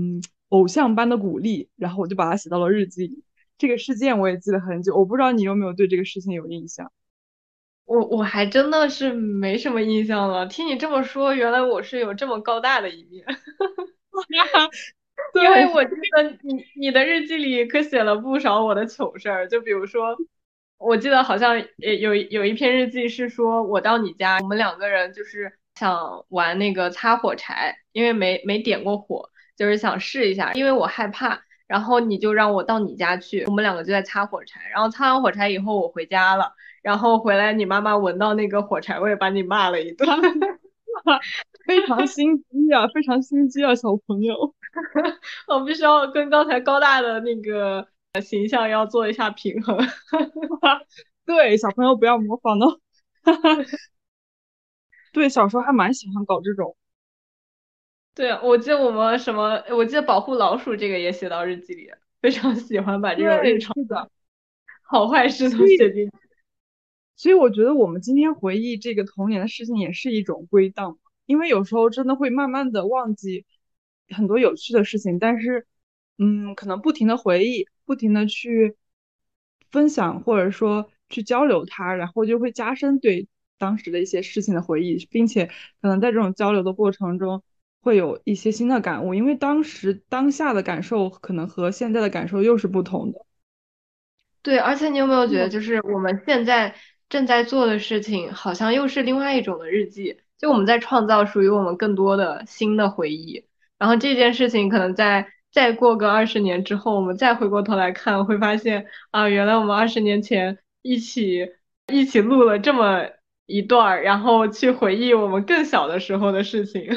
偶像般的鼓励，然后我就把它写到了日记里。这个事件我也记得很久，我不知道你有没有对这个事情有印象。 我还真的是没什么印象了。听你这么说，原来我是有这么高大的一面。因为对， 我记得你的日记里可写了不少我的糗事儿，就比如说，我记得好像有一篇日记是说我到你家，我们两个人就是想玩那个擦火柴，因为没点过火，就是想试一下，因为我害怕，然后你就让我到你家去，我们两个就在擦火柴，然后擦完火柴以后我回家了，然后回来你妈妈闻到那个火柴味，把你骂了一顿。 非常心机啊，非常心机啊，小朋友。 我必须要跟刚才高大的那个形象要做一下平衡。 对，小朋友不要模仿哦。对，小时候还蛮喜欢搞这种。 对，我记得我们什么，我记得保护老鼠这个也写到日记里了，非常喜欢把这种日对， 常是的。 好坏事所以， 都写进去。 所以我觉得我们今天回忆这个童年的事情也是一种归档，因为有时候真的会慢慢的忘记很多有趣的事情，但是，可能不停的回忆，不停的去分享，或者说去交流它，然后就会加深对当时的一些事情的回忆，并且可能在这种交流的过程中会有一些新的感悟，因为当时当下的感受可能和现在的感受又是不同的。 对，而且你有没有觉得， 嗯就是我们现在正在做的事情，好像又是另外一种的日记，就我们在创造属于我们更多的新的回忆。然后这件事情可能在再过个20年之后，我们再回过头来看，会发现啊，原来我们20年前一起录了这么一段儿，然后去回忆我们更小的时候的事情。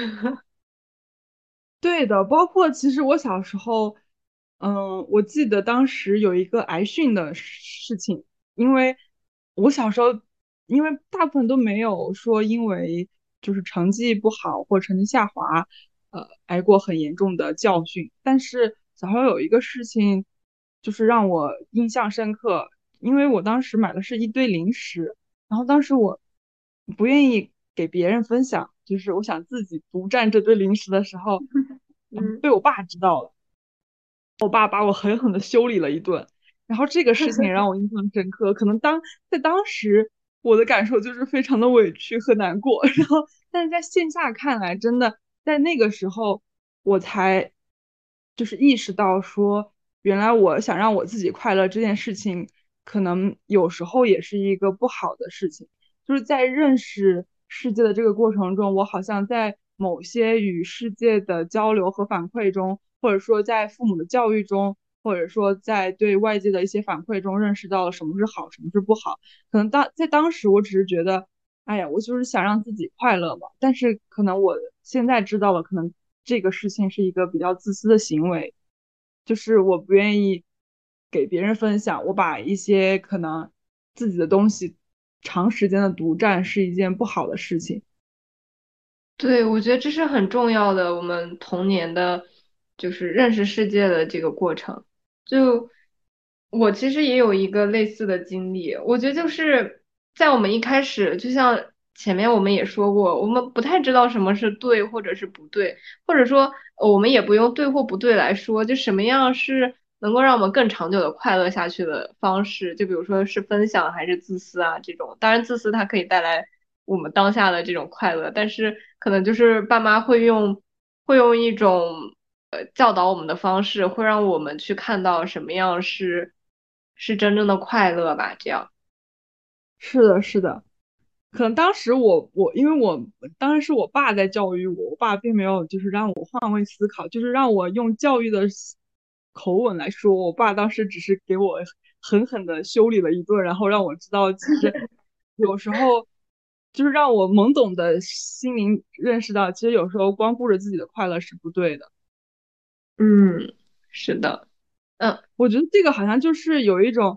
对的，包括其实我小时候，我记得当时有一个挨训的事情，因为我小时候，因为大部分都没有说因为就是成绩不好或成绩下滑，挨过很严重的教训，但是小时候有一个事情，就是让我印象深刻，因为我当时买的是一堆零食，然后当时我不愿意给别人分享，就是我想自己独占这堆零食的时候， 嗯。 被我爸知道了，我爸把我狠狠的修理了一顿。然后这个事情也让我印象深刻，可能在当时我的感受就是非常的委屈和难过，然后但是在线下看来，真的在那个时候我才就是意识到说，原来我想让我自己快乐这件事情，可能有时候也是一个不好的事情。就是在认识世界的这个过程中，我好像在某些与世界的交流和反馈中，或者说在父母的教育中，或者说在对外界的一些反馈中，认识到了什么是好，什么是不好。可能在当时，我只是觉得，哎呀，我就是想让自己快乐嘛。但是可能我现在知道了，可能这个事情是一个比较自私的行为，就是我不愿意给别人分享，我把一些可能自己的东西长时间的独占是一件不好的事情。 对，我觉得这是很重要的，我们童年的就是认识世界的这个过程。就我其实也有一个类似的经历，我觉得就是在我们一开始，就像前面我们也说过，我们不太知道什么是对或者是不对，或者说我们也不用对或不对来说，就什么样是能够让我们更长久的快乐下去的方式，就比如说是分享还是自私啊这种。当然，自私它可以带来我们当下的这种快乐，但是可能就是爸妈会用一种教导我们的方式，会让我们去看到什么样是真正的快乐吧，这样。 是的，是的。可能当时因为我当时是我爸在教育我，我爸并没有就是让我换位思考，就是让我用教育的口吻来说，我爸当时只是给我狠狠的修理了一顿，然后让我知道其实有时候就是让我懵懂的心灵认识到，其实有时候光顾着自己的快乐是不对的。 嗯，是的。嗯。 我觉得这个好像就是有一种，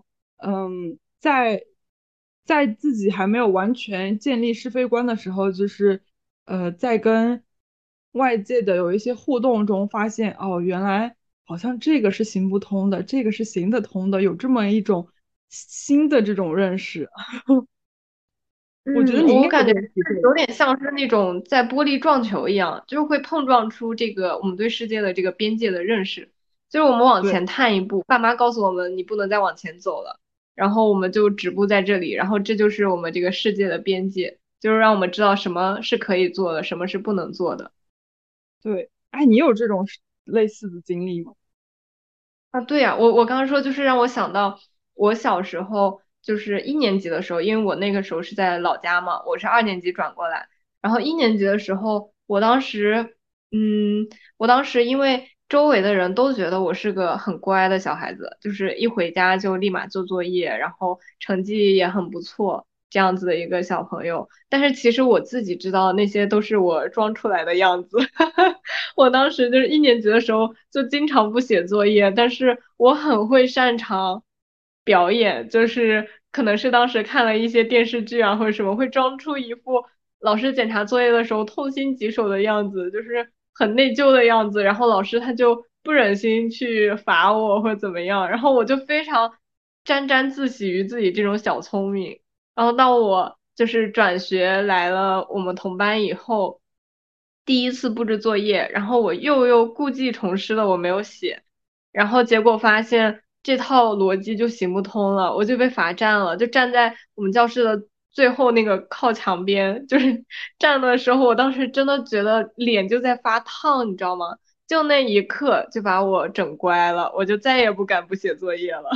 在自己还没有完全建立是非观的时候，就是在跟外界的有一些互动中，发现哦，原来好像这个是行不通的，这个是行得通的，有这么一种新的这种认识。 我觉得嗯， 你应该有这我感觉是种体会。 有点像是那种在玻璃撞球一样，就是会碰撞出这个我们对世界的这个边界的认识。就是我们往对前探一步，爸妈告诉我们你不能再往前走了，然后我们就止步在这里，然后这就是我们这个世界的边界，就是让我们知道什么是可以做的，什么是不能做的。 对，哎，你有这种类似的经历吗？ 啊，对呀，我刚刚说就是让我想到我小时候就是一年级的时候，因为我那个时候是在老家嘛，我是2年级转过来，然后一年级的时候，嗯，我当时因为周围的人都觉得我是个很乖的小孩子，就是一回家就立马做作业，然后成绩也很不错，这样子的一个小朋友，但是其实我自己知道那些都是我装出来的样子。我当时就是一年级的时候，就经常不写作业，但是我很会擅长表演，就是可能是当时看了一些电视剧啊或者什么，会装出一副老师检查作业的时候痛心疾首的样子，就是很内疚的样子，然后老师他就不忍心去罚我或者怎么样，然后我就非常沾沾自喜于自己这种小聪明。然后到我就是转学来了我们同班以后，第一次布置作业，然后我又故技重施了，我没有写，然后结果发现这套逻辑就行不通了，我就被罚站了，就站在我们教室的最后那个靠墙边，就是站的时候，我当时真的觉得脸就在发烫，你知道吗？就那一刻就把我整乖了，我就再也不敢不写作业了。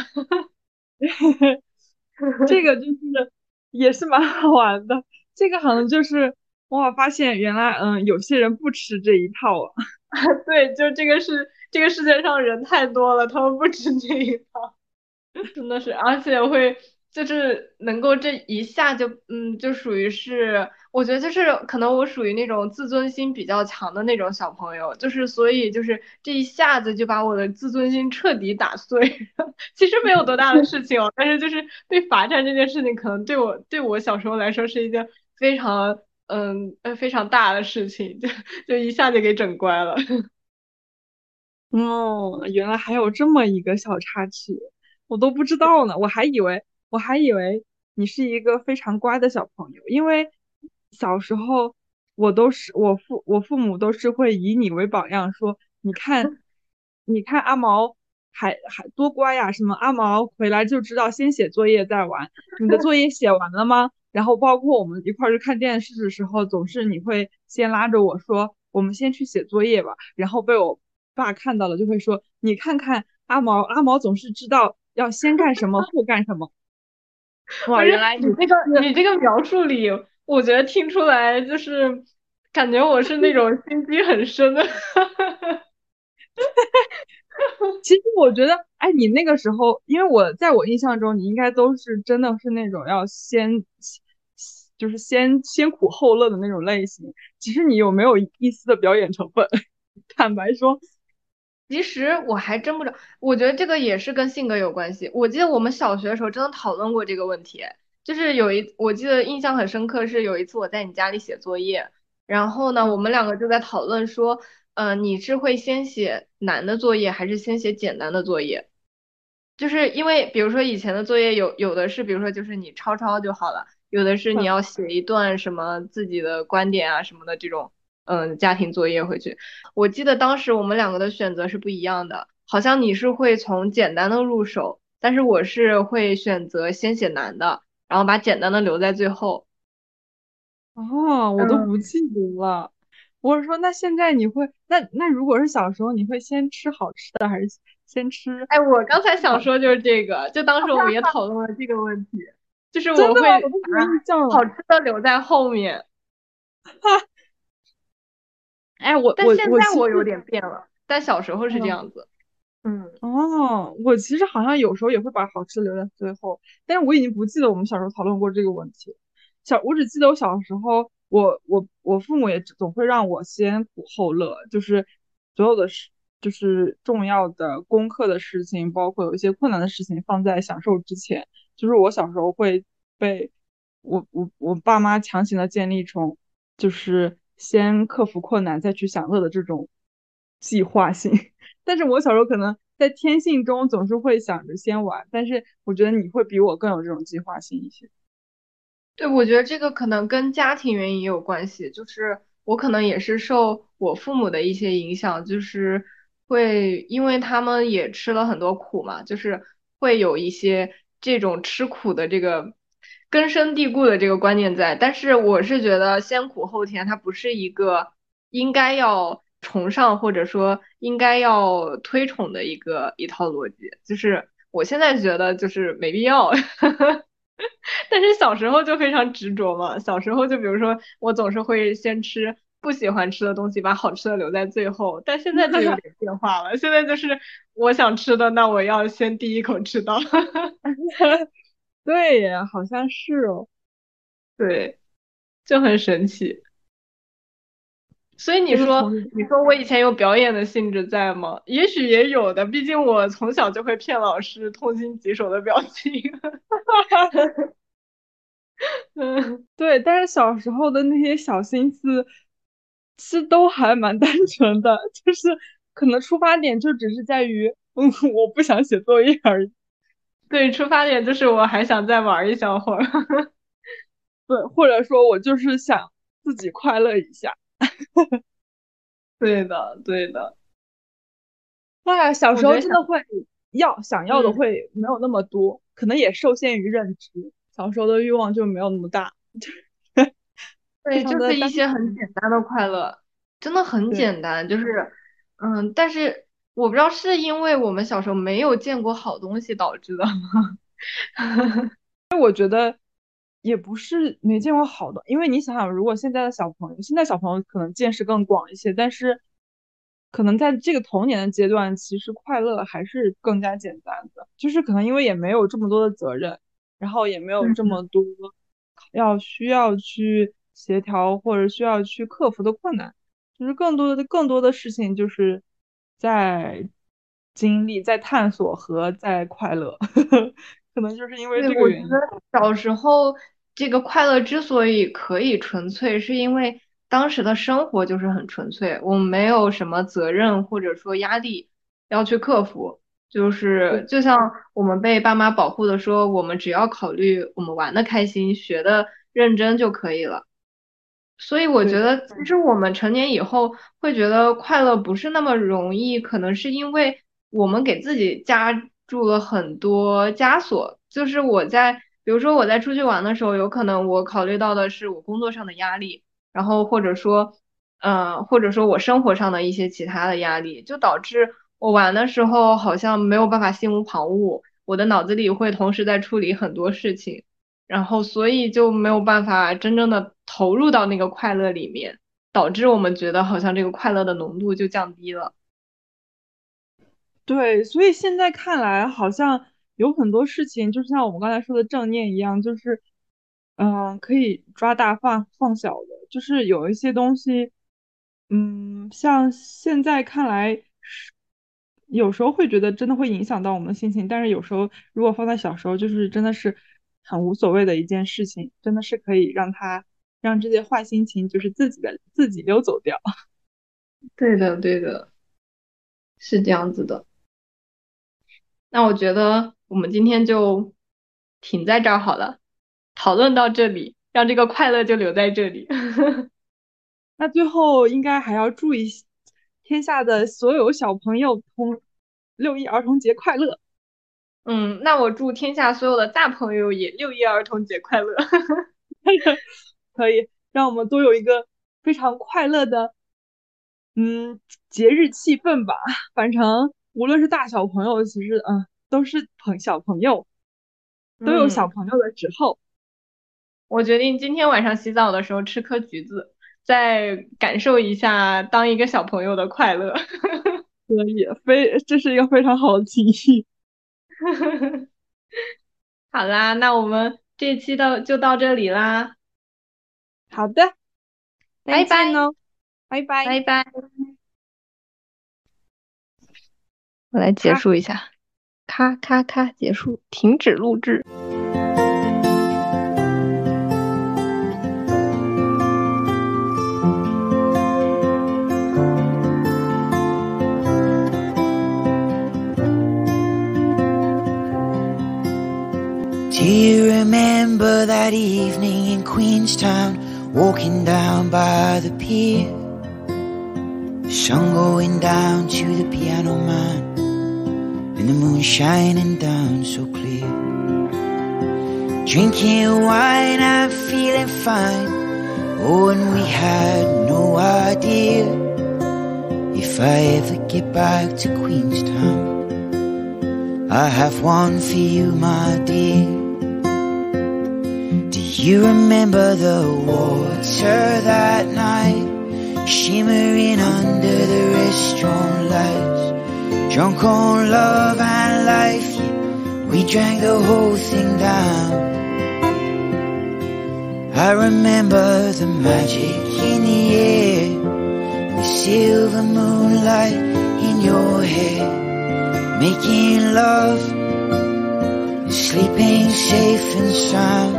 这个就是也是蛮好玩的。这个好像就是哇，发现原来有些人不吃这一套啊。 对，就这个世界上人太多了，他们不止这一套。真的是，而且会就是能够这一下就就属于是，我觉得就是可能我属于那种自尊心比较强的那种小朋友，就是所以就是这一下子就把我的自尊心彻底打碎。其实没有多大的事情哦，但是就是被罚站这件事情，可能对我小时候来说是一件非常非常大的事情，就一下就给整乖了。 哦，原来还有这么一个小插曲，我都不知道呢。我还以为你是一个非常乖的小朋友，因为小时候我父母都是会以你为榜样，说你看阿毛还多乖呀，什么阿毛回来就知道先写作业再玩，你的作业写完了吗？然后包括我们一块儿去看电视的时候，总是你会先拉着我说，我们先去写作业吧。然后被我爸看到了，就会说，你看看阿毛，阿毛总是知道要先干什么后干什么。哇， 不是原来你是你这个描述里，我觉得听出来就是感觉我是那种心机很深的。 其实我觉得，哎，你那个时候，因为在我印象中，你应该都是真的是那种要就是先苦后乐的那种类型。其实你有没有一丝的表演成分？坦白说， 其实我还真不知道，我觉得这个也是跟性格有关系。我记得我们小学的时候真的讨论过这个问题，就是我记得印象很深刻是有一次我在你家里写作业，然后呢，我嗯， 们两个就在讨论说，你是会先写难的作业还是先写简单的作业？就是因为比如说以前的作业有的是，比如说就是你抄抄就好了，有的是你嗯要写一段什么自己的观点啊什么的这种，家庭作业回去。我记得当时我们两个的选择是不一样的，好像你是会从简单的入手，但是我是会选择先写难的，然后把简单的留在最后。 哦，我都不嗯， 记得了。我是说，那现在你会，那如果是小时候，你会先吃好吃的，还是先吃哎，我刚才不好吃？ 想说就是这个，就当时我们也讨论了这个问题，就是真的吗？ 我会我都没有把印象了。 好吃的留在后面。 哎，我但现我我其实， 在我有点变了，但小时候是这嗯， 样子。嗯， 哦，我其实好像有时候也会把好吃的留在最后，但是我已经不记得我们小时候讨论过这个问题了。我只记得我小时候，我父母也总会让我先苦后乐，就是所有的事，就是重要的功课的事情，包括有一些困难的事情放在享受之前。就是我小时候会被我爸妈强行的建立一种，就是先克服困难再去享乐的这种计划性。但是我小时候可能在天性中总是会想着先玩，但是我觉得你会比我更有这种计划性一些。 对，我觉得这个可能跟家庭原因也有关系，就是我可能也是受我父母的一些影响，就是会因为他们也吃了很多苦嘛，就是会有一些这种吃苦的这个根深蒂固的这个观念在。但是我是觉得先苦后甜，它不是一个应该要崇尚或者说应该要推崇的一套逻辑，就是我现在觉得就是没必要。但是小时候就非常执着嘛，小时候就比如说我总是会先吃不喜欢吃的东西，把好吃的留在最后。但现在就有点变化了，现在就是我想吃的，那我要先第一口吃到。 对呀，好像是哦。 对，就很神奇。所以你说， 这个童年， 你说我以前有表演的性质在吗？也许也有的，毕竟我从小就会骗老师痛心疾首的表情。嗯， 对，但是小时候的那些小心思，其实都还蛮单纯的，就是可能出发点就只是在于，我不想写作业而已。 对，出发点就是我还想再玩一小会儿。 对，或者说我就是想自己快乐一下。 对的，对的， 哎，小时我觉得想， 候真的会想要的嗯， 会没有那么多，可能也受限于认知，小时候的欲望就没有那么大，非对， 常的单就是一些很纯。 简单的快乐，真的很对。 简单，就是，但是我不知道是因为我们小时候没有见过好东西导致的吗？ 也不是没见过好的，因为你想想，如果现在小朋友可能见识更广一些，但是可能在这个童年的阶段，其实快乐还是更加简单的，就是可能因为也没有这么多的责任，然后也没有这么多需要去协调或者需要去克服的困难，就是更多的事情就是在经历、在探索和在快乐，可能就是因为对， 这个原因。 我觉得小时候这个快乐之所以可以纯粹，是因为当时的生活就是很纯粹，我们没有什么责任或者说压力要去克服，就是就像我们被爸妈保护的说，我们只要考虑我们玩的开心，学的认真就可以了。所以我对的。 觉得，其实我们成年以后会觉得快乐不是那么容易，可能是因为我们给自己加注了很多枷锁。就是比如说我在出去玩的时候，有可能我考虑到的是我工作上的压力，然后或者说我生活上的一些其他的压力，就导致我玩的时候好像没有办法心无旁骛，我的脑子里会同时在处理很多事情。然后所以就没有办法真正的投入到那个快乐里面，导致我们觉得好像这个快乐的浓度就降低了。 对，所以现在看来，好像有很多事情，就像我们刚才说的正念一样，就是，可以抓大放小的，就是有一些东西，像现在看来有时候会觉得真的会影响到我们的心情，但是有时候如果放在小时候，就是真的是很无所谓的一件事情，真的是可以让这些坏心情就是自己溜走掉。 对的，对的，是这样子的。那我觉得我们今天就停在这儿好了，讨论到这里，让这个快乐就留在这里。 那最后应该还要祝天下的所有小朋友6一儿童节快乐！ 嗯，那我祝天下所有的大朋友也6一儿童节快乐。 可以让我们都有一个非常快乐的嗯节日气氛吧。反正无论是大小朋友，其实都是小朋友，都有小嗯。 朋友的时候。 我决定今天晚上洗澡的时候吃颗橘子，再感受一下当一个小朋友的快乐。 所以这是一个非常好的提议。 好啦，那我们这期就到这里啦， 好的，再拜拜， 见哦，拜拜。 拜拜。我来结咔。 束一下，咔咔咔，结束，停止录制。 Do you remember that evening in Queenstown, walking down by the pier. The sun going down to the piano man, and the moon shining down so clear. Drinking wine and feeling fine. Oh, and we had no idea if I ever get back to Queenstown. I have one for you, my dear. Do you remember the water that night, shimmering under the restaurant lights? Drunk on love and life, yeah, we drank the whole thing down. I remember the magic in the air, the silver moonlight in your hair, making love, sleeping safe and sound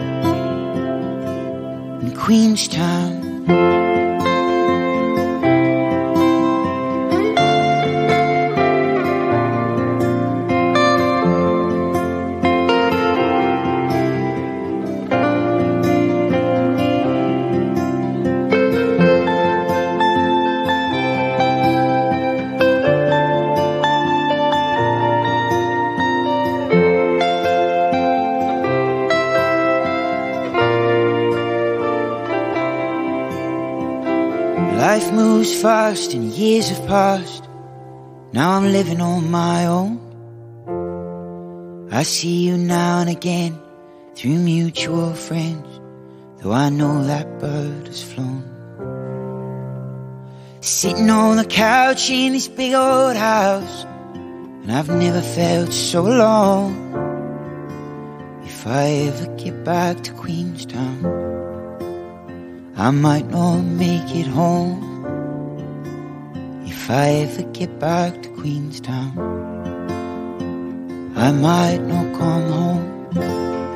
in Queenstown. Life moves fast and years have passed. Now I'm living on my own. I see you now and again through mutual friends, though I know that bird has flown. Sitting on the couch in this big old house, and I've never felt so alone. If I ever get back to Queenstown, I might not make it home. If I ever get back to Queenstown, I might not come home.